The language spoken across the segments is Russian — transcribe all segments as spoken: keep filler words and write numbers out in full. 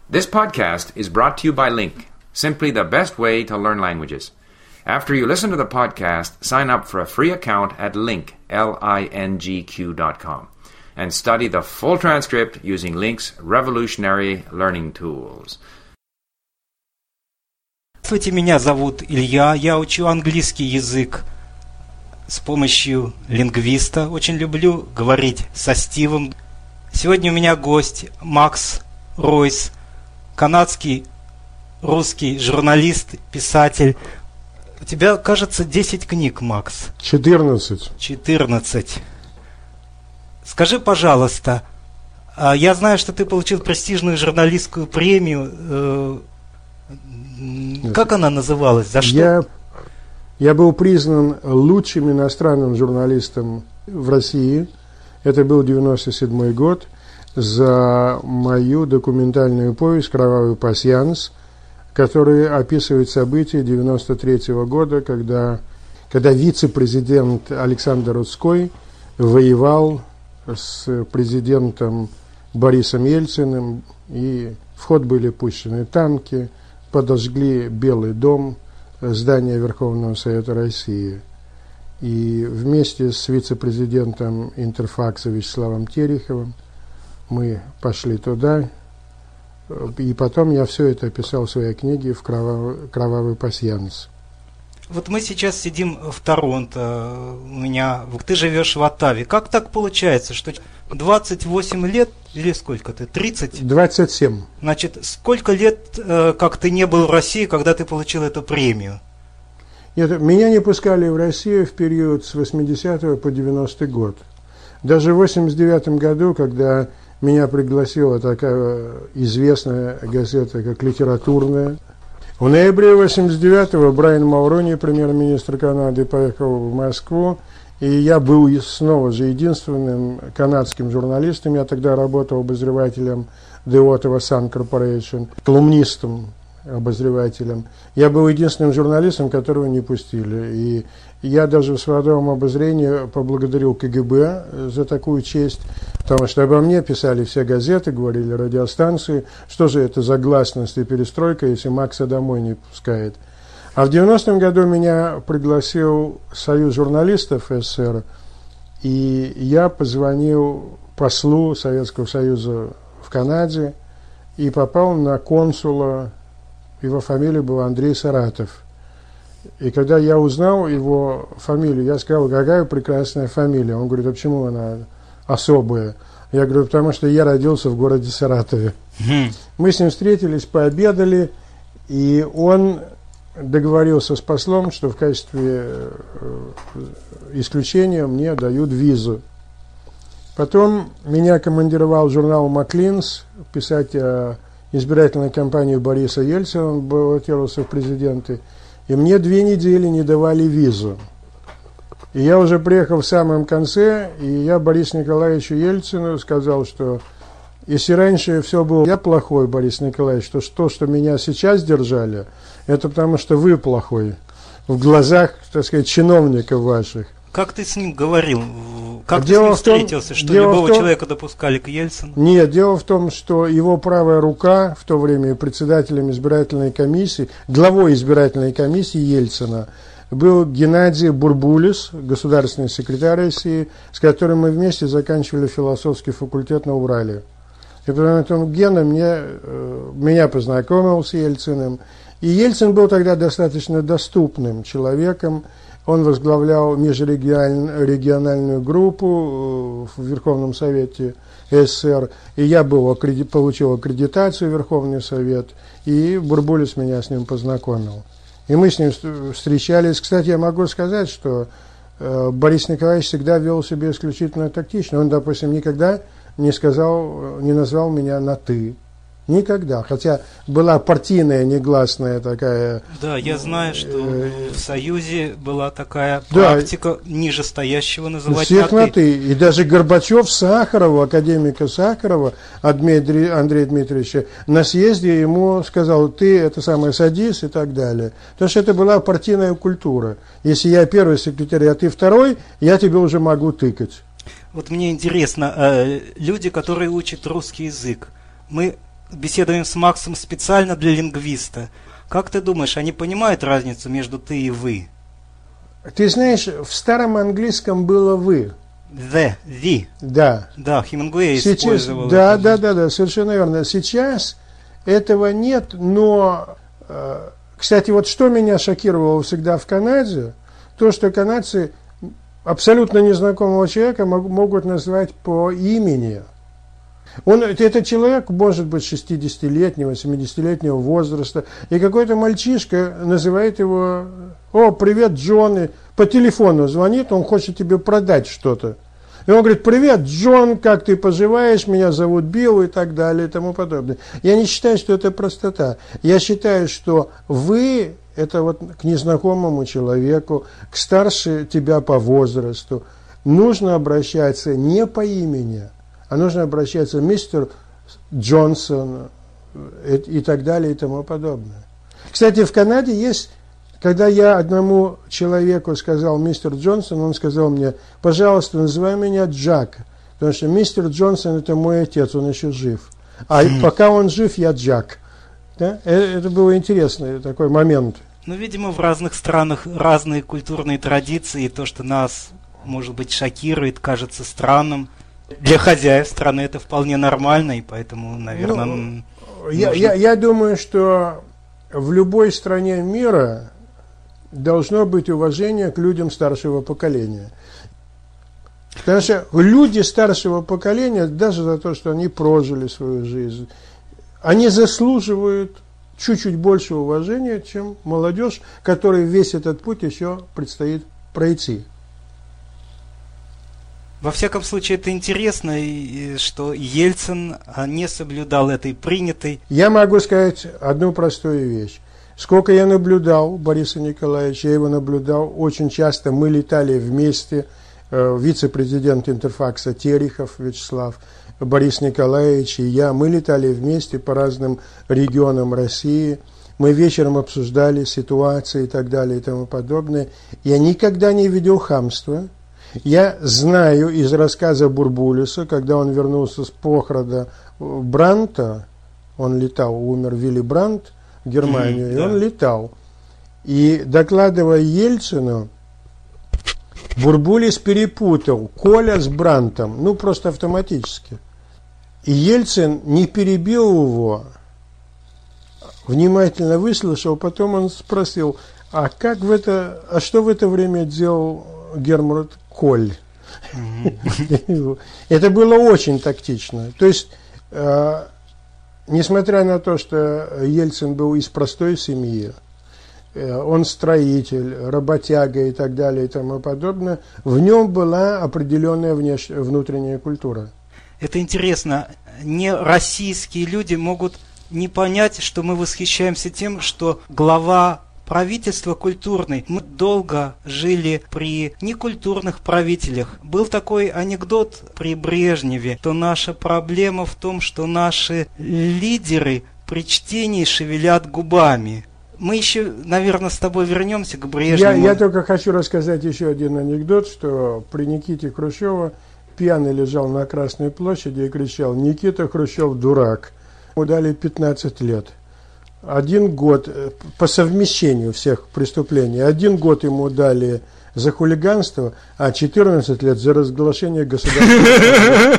This podcast is brought to you by Link, simply the best way to learn languages. After you listen to the podcast, sign up for a free account at link, L I N G Q dot com, and study the full transcript using Link's revolutionary learning tools. Здравствуйте, меня зовут Илья, я учу английский язык с помощью лингвиста. Очень люблю говорить со Стивом. Сегодня у меня гость Макс Ройс, канадский русский журналист, писатель. У тебя, кажется, десять книг, Макс. четырнадцать. четырнадцать. Скажи, пожалуйста, я знаю, что ты получил престижную журналистскую премию. Как она называлась? За что? Я, я был признан лучшим иностранным журналистом в России. Это был девяносто седьмой год. За мою документальную повесть «Кровавый пасьянс», которая описывает события девяносто третьего года, когда, когда вице-президент Александр Рудской воевал с президентом Борисом Ельциным, и в ход были пущены танки, подожгли Белый дом, здание Верховного Совета России. И вместе с вице-президентом Интерфакса Вячеславом Тереховым мы пошли туда, и потом я все это описал в своей книге в «Кровавый, кровавый пасьянс». Вот мы сейчас сидим в Торонто, у меня, ты живешь в Оттаве. Как так получается, что двадцать восемь лет, или сколько ты, тридцать? двадцать семь. Значит, сколько лет, как ты не был в России, когда ты получил эту премию? Нет, меня не пускали в Россию в период с восьмидесятого по девяностый год. Даже в восемьдесят девятом году, когда меня пригласила такая известная газета, как «Литературная». В ноябре восемьдесят девятого Брайан Мулрони, премьер-министр Канады, поехал в Москву, и я был снова же единственным канадским журналистом. Я тогда работал обозревателем The Ottawa Sun Corporation, колумнистом, обозревателем. Я был единственным журналистом, которого не пустили. И я даже в своем обозрении поблагодарил КГБ за такую честь, потому что обо мне писали все газеты, говорили радиостанции, что же это за гласность и перестройка, если Макса домой не пускает. А в девяностом году меня пригласил Союз журналистов СССР, и я позвонил послу Советского Союза в Канаде и попал на консула, его фамилия была Андрей Саратов. И когда я узнал его фамилию, я сказал, какая прекрасная фамилия. Он говорит, а почему она особая? Я говорю, потому что я родился в городе Саратове. Mm. Мы с ним встретились, пообедали, и он договорился с послом, что в качестве исключения мне дают визу. Потом меня командировал журнал «Маклинс» писать о избирательной кампании Бориса Ельцина, он баллотировался в президенты. И мне две недели не давали визу. И я уже приехал в самом конце, и я Борису Николаевичу Ельцину сказал, что если раньше все было я плохой, Борис Николаевич, то то, что меня сейчас держали, это потому что вы плохой в глазах, так сказать, чиновников ваших. Как ты с ним говорил? Как дело ты с ним встретился, том, что любого том, человека допускали к Ельцину? Нет, дело в том, что его правая рука, в то время председателем избирательной комиссии, главой избирательной комиссии Ельцина, был Геннадий Бурбулис, государственный секретарь России, с которым мы вместе заканчивали философский факультет на Урале. И поэтому Гена мне, меня познакомил с Ельциным. И Ельцин был тогда достаточно доступным человеком. Он возглавлял межрегиональную группу в Верховном Совете СССР, и я был, получил аккредитацию в Верховный Совет, и Бурбулис меня с ним познакомил. И мы с ним встречались. Кстати, я могу сказать, что Борис Николаевич всегда вел себя исключительно тактично. Он, допустим, никогда не сказал, не назвал меня на «ты». Никогда. Хотя была партийная негласная такая... Да, я знаю, что э, в Союзе была такая практика, да, нижестоящего называть всех на «ты». «ты». И даже Горбачев Сахарова, академика Сахарова, Дмитрия, Андрея Дмитриевича, на съезде ему сказал, ты это самое садись и так далее. Потому что это была партийная культура. Если я первый секретарь, а ты второй, я тебе уже могу тыкать. Вот мне интересно, э, люди, которые учат русский язык, мы беседуем с Максом специально для лингвиста. Как ты думаешь, они понимают разницу между ты и вы? Ты знаешь, в старом английском было «вы». The, the. Да. Да, Хемингуэй Сейчас, использовал да, это. да, да, да, совершенно верно. Сейчас этого нет, но, э, кстати, вот что меня шокировало всегда в Канаде, то, что канадцы абсолютно незнакомого человека мог, могут назвать по имени. Он, этот человек может быть шестидесятилетнего, семидесятилетнего возраста, и какой-то мальчишка называет его: «О, привет, Джон», и по телефону звонит, он хочет тебе продать что-то. И он говорит: «Привет, Джон, как ты поживаешь? Меня зовут Билл», и так далее, и тому подобное. Я не считаю, что это простота. Я считаю, что вы – это вот к незнакомому человеку, к старше тебя по возрасту, нужно обращаться не по имени, а нужно обращаться мистер Джонсон и, и так далее, и тому подобное. Кстати, в Канаде есть... Когда я одному человеку сказал мистер Джонсон, он сказал мне: «Пожалуйста, называй меня Джак, потому что мистер Джонсон – это мой отец, он еще жив. А пока он жив, я Джак». Да? Это был интересный такой момент. Ну, видимо, в разных странах разные культурные традиции, и то, что нас, может быть, шокирует, кажется странным. Для хозяев страны это вполне нормально, и поэтому, наверное... Ну, я, я, я думаю, что в любой стране мира должно быть уважение к людям старшего поколения. Потому что люди старшего поколения, даже за то, что они прожили свою жизнь, они заслуживают чуть-чуть больше уважения, чем молодежь, которой весь этот путь еще предстоит пройти. Во всяком случае, это интересно, что Ельцин не соблюдал этой принятой. Я могу сказать одну простую вещь. Сколько я наблюдал Бориса Николаевича, я его наблюдал очень часто. Мы летали вместе, э, вице-президент Интерфакса Терехов Вячеслав, Борис Николаевич и я. Мы летали вместе по разным регионам России. Мы вечером обсуждали ситуации и так далее и тому подобное. Я никогда не видел хамства. Я знаю из рассказа Бурбулиса, когда он вернулся с похорода Брандта, он летал, умер Вилли Брандт, в Германию, mm, и да. он летал. И, докладывая Ельцину, Бурбулис перепутал Коля с Брандтом, ну, просто автоматически. И Ельцин не перебил его, внимательно выслушал, потом он спросил: а как в это, а что в это время делал Герман Коль? Mm-hmm. Это было очень тактично. То есть, э, несмотря на то, что Ельцин был из простой семьи, э, он строитель, работяга и так далее и тому подобное, в нем была определенная внеш... внутренняя культура. Это интересно. Не российские люди могут не понять, что мы восхищаемся тем, что глава правительство культурный. Мы долго жили при некультурных правителях. Был такой анекдот при Брежневе, что наша проблема в том, что наши лидеры при чтении шевелят губами. Мы еще, наверное, с тобой вернемся к Брежневу. Я, я только хочу рассказать еще один анекдот, что при Никите Хрущева пьяный лежал на Красной площади и кричал: «Никита Хрущев дурак». Ему дали пятнадцать лет. Один год по совмещению всех преступлений. Один год ему дали за хулиганство, а четырнадцать лет за разглашение государственного.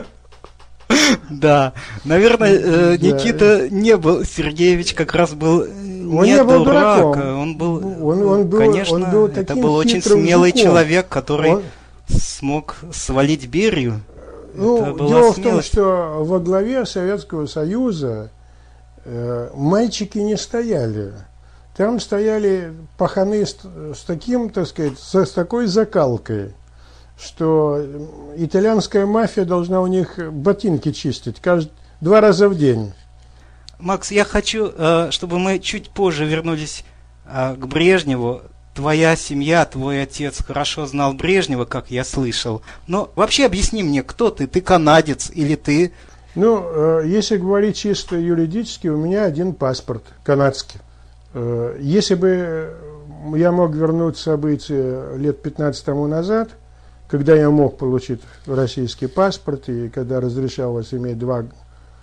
Да, наверное, Никита не был, Сергеевич как раз был не дурак, он был, конечно, это был очень смелый человек, который смог свалить Берию. Ну, дело в том, что во главе Советского Союза мальчики не стояли. Там стояли паханы с, с таким, так сказать, с, с такой закалкой, что итальянская мафия должна у них ботинки чистить каждый, два раза в день. Макс, я хочу, чтобы мы чуть позже вернулись к Брежневу. Твоя семья, твой отец хорошо знал Брежнева, как я слышал. Но вообще объясни мне, кто ты? Ты канадец или ты... Ну, если говорить чисто юридически, у меня один паспорт канадский. Если бы я мог вернуть события лет пятнадцать тому назад, когда я мог получить российский паспорт и когда разрешалось иметь два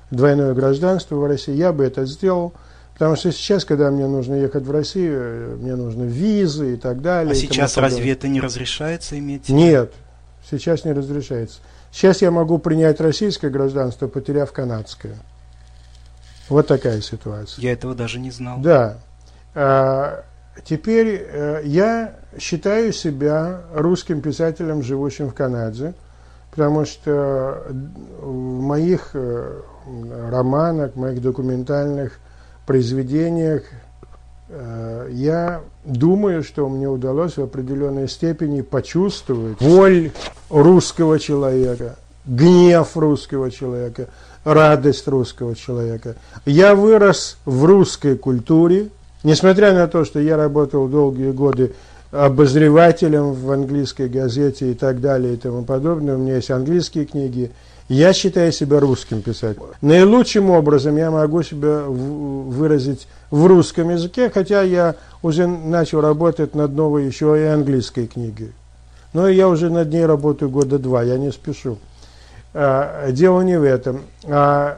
двойное гражданство в России, я бы это сделал. Потому что сейчас, когда мне нужно ехать в Россию, мне нужны визы и так далее. А сейчас разве это не разрешается иметь? Нет, сейчас не разрешается. Сейчас я могу принять российское гражданство, потеряв канадское. Вот такая ситуация. Я этого даже не знал. Да. А, теперь а, я считаю себя русским писателем, живущим в Канаде, потому что в моих а, романах, в моих документальных произведениях э, я думаю, что мне удалось в определенной степени почувствовать боль русского человека, гнев русского человека, радость русского человека. Я вырос в русской культуре, несмотря на то, что я работал долгие годы обозревателем в английской газете и так далее и тому подобное, у меня есть английские книги. Я считаю себя русским писателем. Наилучшим образом я могу себя выразить в русском языке, хотя я уже начал работать над новой еще и английской книгой. Но я уже над ней работаю года два, я не спешу. А, дело не в этом. А,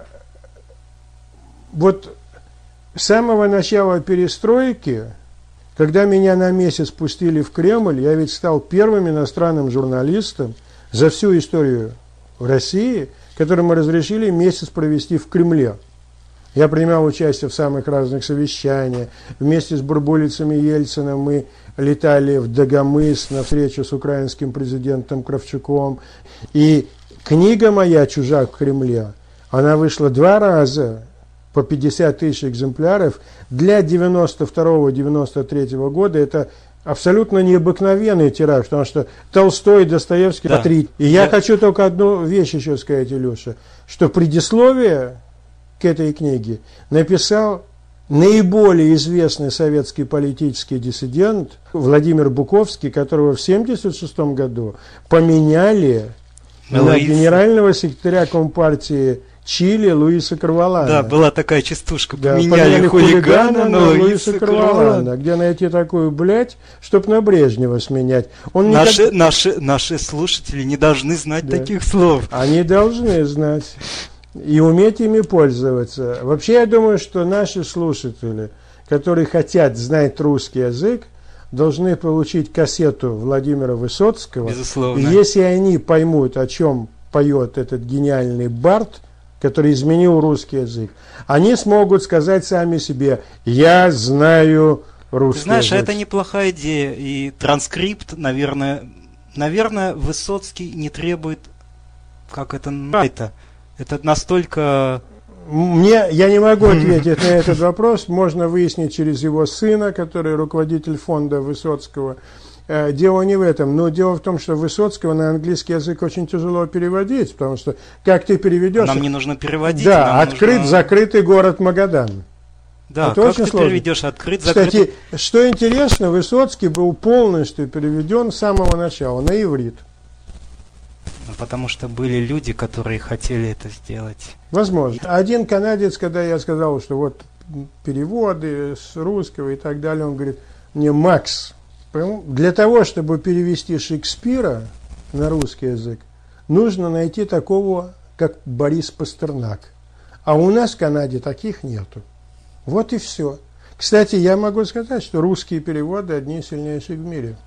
вот с самого начала перестройки, когда меня на месяц пустили в Кремль, я ведь стал первым иностранным журналистом за всю историю в России, которому разрешили месяц провести в Кремле. Я принимал участие в самых разных совещаниях. Вместе с Бурбулицем и Ельциным мы летали в Дагомыс на встречу с украинским президентом Кравчуком. И книга моя «Чужак в Кремле», она вышла два раза по пятьдесят тысяч экземпляров. Для девяносто второго — девяносто третьего года это абсолютно необыкновенный тираж, потому что Толстой и Достоевский да. три. И я, я хочу только одну вещь еще сказать, Илюша, что предисловие к этой книге написал наиболее известный советский политический диссидент Владимир Буковский, которого в семьдесят шестом году поменяли Луис. на генерального секретаря Компартии Чили Луиса Корвалана. Да, была такая частушка. Да, поменяли хулигана на Луиса Корвалана. Где найти такую блядь, чтоб на Брежнева сменять? Он наши, никак... наши, наши слушатели не должны знать да. таких слов. Они должны знать и уметь ими пользоваться. Вообще, я думаю, что наши слушатели, которые хотят знать русский язык, должны получить кассету Владимира Высоцкого. Безусловно. И если они поймут, о чем поет этот гениальный бард, который изменил русский язык, они смогут сказать сами себе: я знаю русский Ты знаешь, язык. это неплохая идея. И транскрипт, наверное, наверное, Высоцкий не требует, как это, это, это настолько... Мне, я не могу ответить на этот вопрос, можно выяснить через его сына, который руководитель фонда Высоцкого. Дело не в этом, но дело в том, что Высоцкого на английский язык очень тяжело переводить, потому что как ты переведешь... Нам не нужно переводить. Да, открыт, нужно... закрытый город Магадан. Да, это как очень ты сложно. переведешь открыт, закрытый... Кстати, что интересно, Высоцкий был полностью переведен с самого начала на иврит. Потому что были люди, которые хотели это сделать. Возможно. Один канадец, когда я сказал, что вот переводы с русского и так далее, он говорит мне: Макс, для того, чтобы перевести Шекспира на русский язык, нужно найти такого, как Борис Пастернак. А у нас в Канаде таких нету. Вот и все. Кстати, я могу сказать, что русские переводы одни из сильнейших в мире.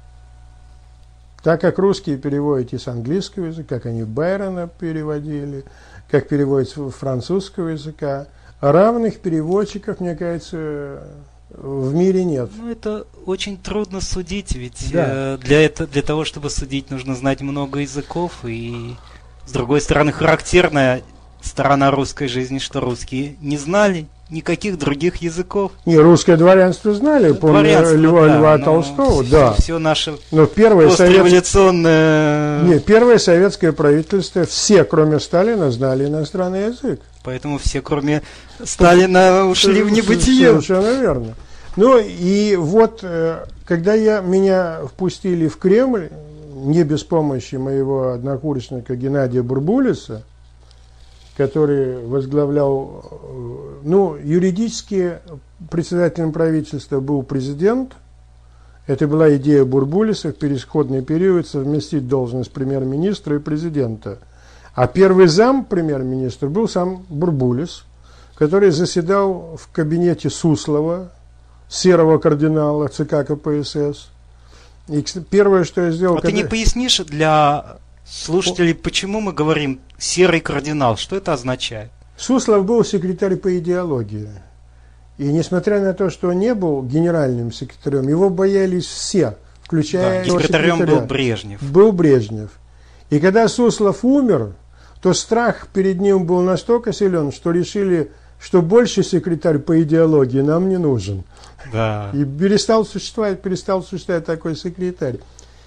Так как русские переводят с английского языка, как они Байрона переводили, как переводят с французского языка, равных переводчиков, мне кажется, в мире нет. Ну, это очень трудно судить, ведь да. э, для, это, для того, чтобы судить, нужно знать много языков, и, с другой стороны, характерная сторона русской жизни, что русские не знали никаких других языков. Не, русское дворянство знали, помню Льва, да, Льва Толстого, все, да. Все наше но первое постреволюционное... Совет... Не, первое советское правительство, все, кроме Сталина, знали иностранный язык. Поэтому все, кроме Сталина, ушли в небытие. Совершенно верно. Ну и вот, когда я, меня впустили в Кремль, не без помощи моего однокурсника Геннадия Бурбулиса, который возглавлял, ну, юридически председателем правительства был президент. Это была идея Бурбулиса в переходный период совместить должность премьер-министра и президента. А первый зам премьер-министра был сам Бурбулис, который заседал в кабинете Суслова, серого кардинала ЦК КПСС. И первое, что я сделал... А когда... ты не пояснишь для слушателей, почему мы говорим «серый кардинал»? Что это означает? Суслов был секретарь по идеологии. И несмотря на то, что он не был генеральным секретарем, его боялись все, включая... Да, секретарем был Брежнев. Был Брежнев. И когда Суслов умер, то страх перед ним был настолько силен, что решили, что больше секретарь по идеологии нам не нужен. Да. И перестал существовать, перестал существовать такой секретарь.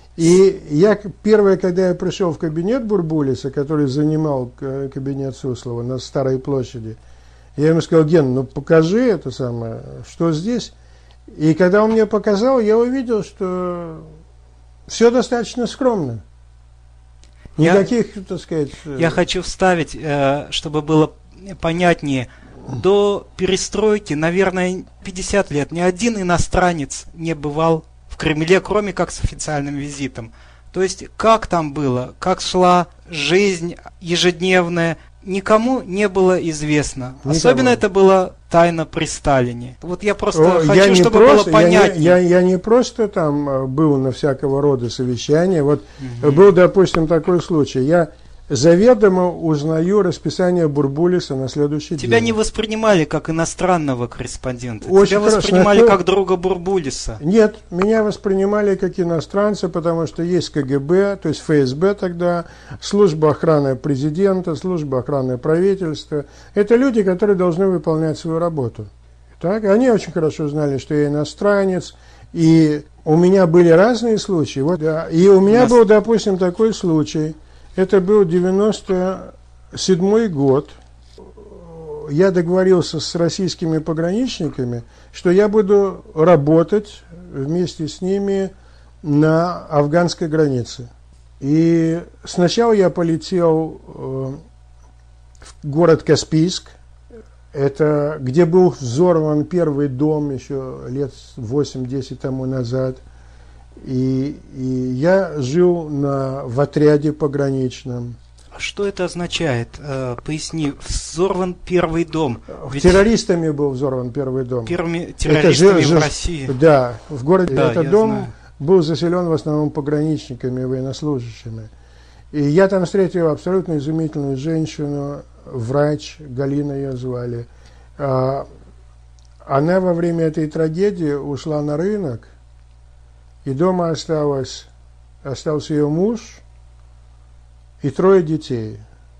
И я первое, когда я пришел в кабинет Бурбулиса, который занимал кабинет Суслова на Старой площади, я ему сказал: Ген, ну покажи это самое, что здесь. И когда он мне показал, я увидел, что все достаточно скромно. Никаких, я, так сказать... Я хочу вставить, чтобы было понятнее. До перестройки, наверное, пятьдесят лет ни один иностранец не бывал в Кремле, кроме как с официальным визитом. То есть, как там было, как шла жизнь ежедневная, никому не было известно. Никому. Особенно это было тайна при Сталине. Вот я просто О, хочу, я чтобы просто, было понятнее. Я, я, я не просто там был на всякого рода совещания. Вот угу. был, допустим, такой случай. Я заведомо узнаю расписание Бурбулиса на следующий Тебя день. Тебя не воспринимали как иностранного корреспондента. Очень Тебя воспринимали хорошо. Как друга Бурбулиса. Нет, меня воспринимали как иностранца, потому что есть КГБ, то есть ФСБ тогда, служба охраны президента, служба охраны правительства. Это люди, которые должны выполнять свою работу. Так? Они очень хорошо знали, что я иностранец, и у меня были разные случаи. Вот, да. И у меня у нас... был, допустим, такой случай. Это был девяносто седьмой год. Я договорился с российскими пограничниками, что я буду работать вместе с ними на афганской границе. И сначала я полетел в город Каспийск, это где был взорван первый дом еще лет восемь-десять тому назад. И, и я жил на, в отряде пограничном. А что это означает? Э, поясни, взорван первый дом. Ведь террористами был взорван первый дом. Первыми террористами же, в России. Да, в городе. Да, этот дом знаю. Был заселен в основном пограничниками, военнослужащими. И я там встретил абсолютно изумительную женщину, врач, Галина ее звали. А, она во время этой трагедии ушла на рынок, и дома осталось, остался ее муж и трое детей.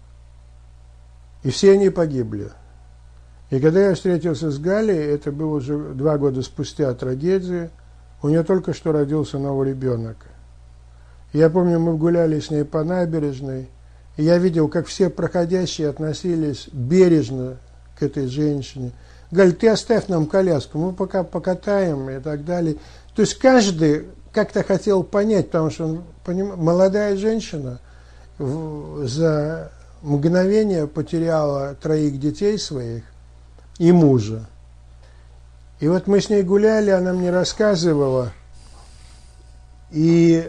И все они погибли. И когда я встретился с Галей, это было уже два года спустя трагедии, у нее только что родился новый ребенок. Я помню, мы гуляли с ней по набережной, и я видел, как все проходящие относились бережно к этой женщине. Галь, ты оставь нам коляску, мы пока покатаем и так далее. То есть каждый как-то хотел понять, потому что он, поним... молодая женщина в... за мгновение потеряла троих детей своих и мужа. И вот мы с ней гуляли, она мне рассказывала, и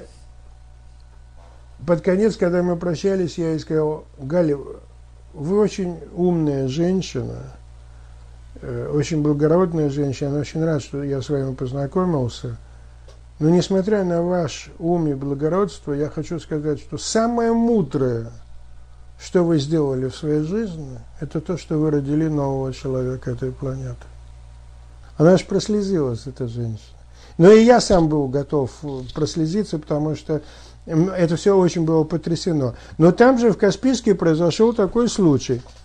под конец, когда мы прощались, я ей сказал: Галя, вы очень умная женщина, очень благородная женщина, она очень рада, что я с вами познакомился. Но несмотря на ваш ум и благородство, я хочу сказать, что самое мудрое, что вы сделали в своей жизни, это то, что вы родили нового человека этой планеты. Она аж прослезилась, эта женщина. Но и я сам был готов прослезиться, потому что это все очень было потрясено. Но там же в Каспийске произошел такой случай –